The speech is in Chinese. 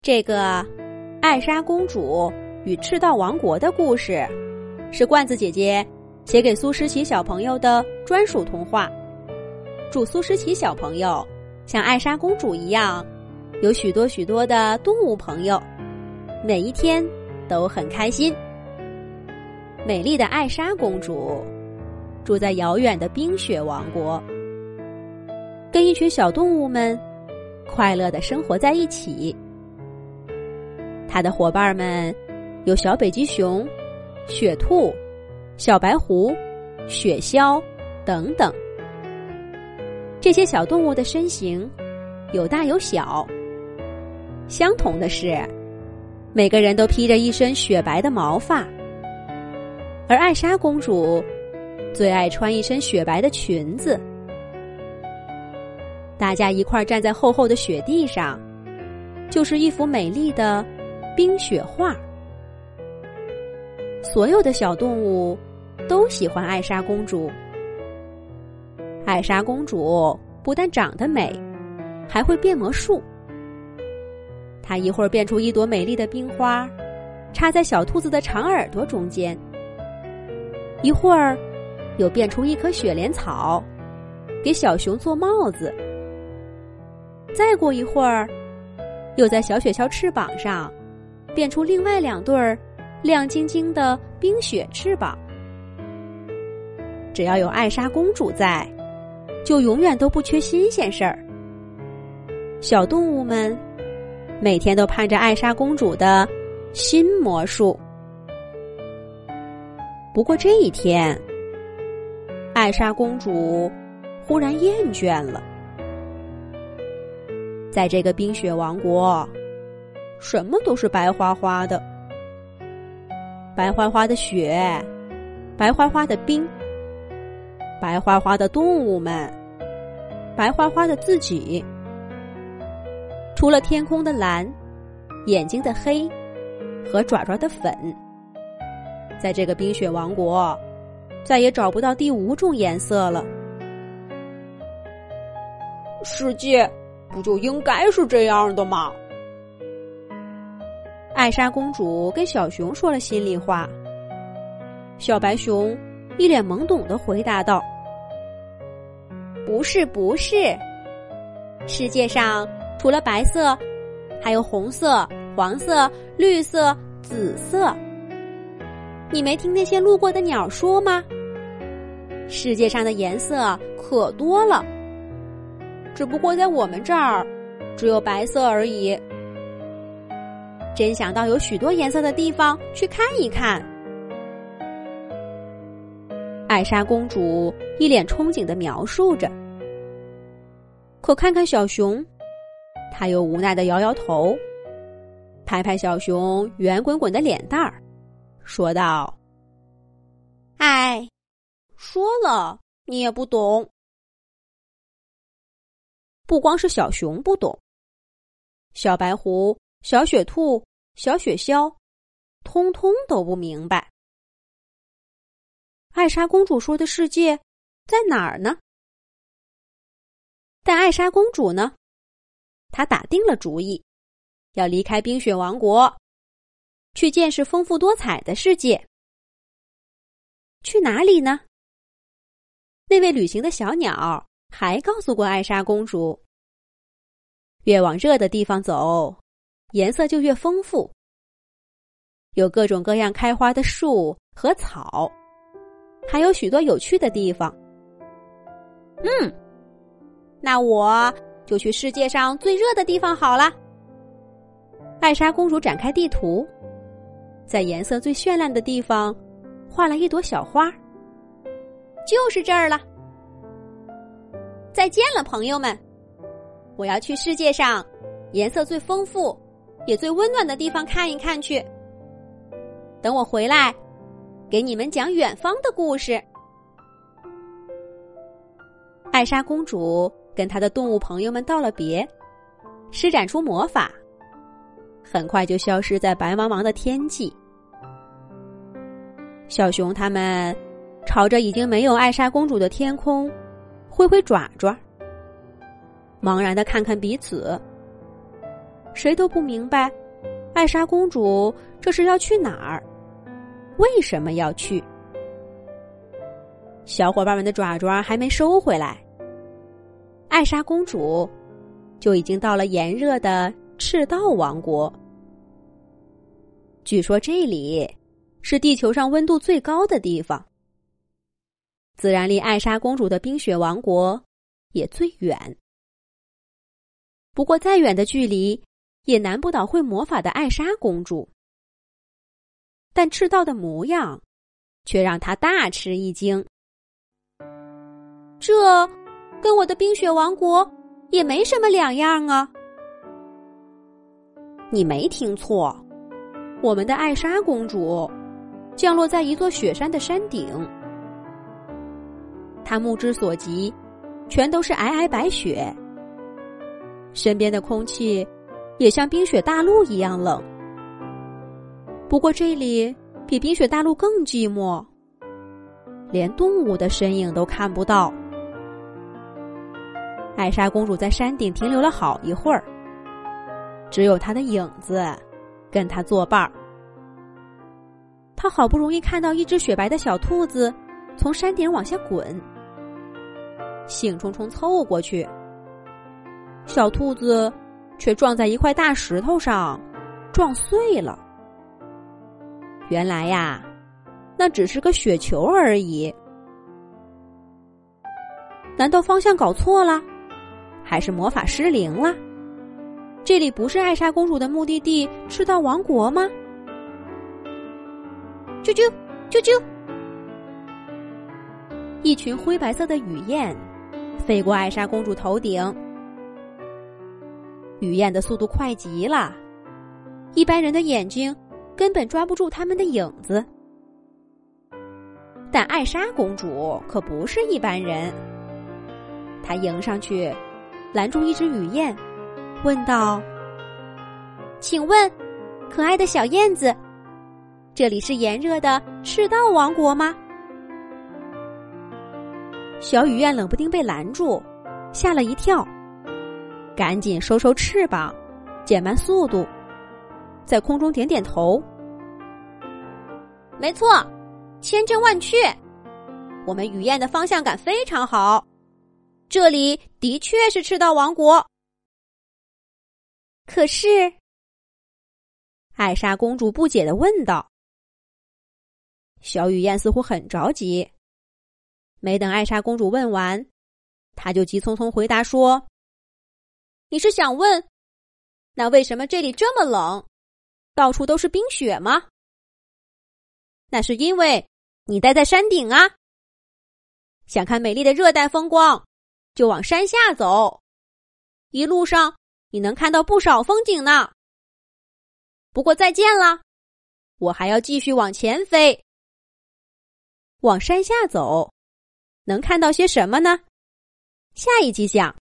这个艾莎公主与赤道王国的故事，是罐子姐姐写给苏诗琪小朋友的专属童话。祝苏诗琪小朋友像艾莎公主一样，有许多许多的动物朋友，每一天都很开心。美丽的艾莎公主住在遥远的冰雪王国，跟一群小动物们快乐地生活在一起。她的伙伴们有小北极熊、雪兔、小白狐、雪鸮等等。这些小动物的身形有大有小，相同的是，每个人都披着一身雪白的毛发，而艾莎公主最爱穿一身雪白的裙子。大家一块站在厚厚的雪地上，就是一幅美丽的冰雪画。所有的小动物都喜欢艾莎公主。艾莎公主不但长得美，还会变魔术。她一会儿变出一朵美丽的冰花，插在小兔子的长耳朵中间；一会儿又变出一棵雪莲草，给小熊做帽子；再过一会儿，又在小雪橇翅膀上变出另外2对儿亮晶晶的冰雪翅膀。只要有艾莎公主在，就永远都不缺新鲜事儿。小动物们每天都盼着艾莎公主的新魔术。不过这一天，艾莎公主忽然厌倦了。在这个冰雪王国，什么都是白花花的，白花花的雪，白花花的冰，白花花的动物们，白花花的自己。除了天空的蓝，眼睛的黑和爪爪的粉，在这个冰雪王国再也找不到第5种颜色了。 世界不就应该是这样的吗？ 艾莎公主跟小熊说了心里话。小白熊一脸懵懂地回答道：不是不是，世界上除了白色，还有红色、黄色、绿色、紫色。你没听那些路过的鸟说吗？世界上的颜色可多了，只不过在我们这儿只有白色而已。真想到有许多颜色的地方去看一看。艾莎公主一脸憧憬地描述着，可看看小熊，她又无奈地摇摇头，拍拍小熊圆滚滚的脸蛋儿，说道：哎，说了你也不懂。不光是小熊不懂，小白狐、小雪兔、小雪鸮通通都不明白。艾莎公主说的世界在哪儿呢？但艾莎公主呢，她打定了主意，要离开冰雪王国，去见识丰富多彩的世界。去哪里呢？那位旅行的小鸟还告诉过艾莎公主，越往热的地方走，颜色就越丰富，有各种各样开花的树和草，还有许多有趣的地方。那我就去世界上最热的地方好了。艾莎公主展开地图，在颜色最绚烂的地方画了一朵小花，就是这儿了。再见了，朋友们！我要去世界上颜色最丰富也最温暖的地方看一看去。等我回来，给你们讲远方的故事。艾莎公主跟她的动物朋友们道了别，施展出魔法，很快就消失在白茫茫的天际。小熊他们朝着已经没有艾莎公主的天空挥挥爪爪，茫然地看看彼此。 谁都不明白艾莎公主这是要去哪儿，为什么要去。小伙伴们的爪爪还没收回来，艾莎公主就已经到了炎热的赤道王国。据说这里是地球上温度最高的地方，自然离艾莎公主的冰雪王国也最远。不过再远的距离也难不倒会魔法的艾莎公主，但赤道的模样却让她大吃一惊。这跟我的冰雪王国也没什么两样啊。你没听错，我们的艾莎公主降落在一座雪山的山顶，她目之所及全都是皑皑白雪，身边的空气也像冰雪大陆一样冷。不过这里比冰雪大陆更寂寞，连动物的身影都看不到。艾莎公主在山顶停留了好一会儿，只有她的影子跟她作伴儿。她好不容易看到一只雪白的小兔子从山顶往下滚，兴冲冲凑过去，小兔子却撞在一块大石头上，撞碎了。原来呀，那只是个雪球而已。难道方向搞错了？还是魔法失灵了？这里不是艾莎公主的目的地赤道王国吗？啾啾啾啾！一群灰白色的雨燕飞过艾莎公主头顶，雨燕的速度快极了，一般人的眼睛根本抓不住它们的影子。但艾莎公主可不是一般人，她迎上去拦住一只雨燕，问道：请问可爱的小燕子，这里是炎热的赤道王国吗？小雨燕冷不丁被拦住，吓了一跳，赶紧收收翅膀，减慢速度，在空中点点头。没错，千真万确，我们雨燕的方向感非常好，这里的确是赤道王国。可是，艾莎公主不解地问道。小雨燕似乎很着急，没等艾莎公主问完，她就急匆匆回答说：你是想问，那为什么这里这么冷，到处都是冰雪吗？那是因为你待在山顶啊，想看美丽的热带风光，就往山下走，一路上你能看到不少风景呢。不过再见了，我还要继续往前飞。往山下走，能看到些什么呢？下一集讲。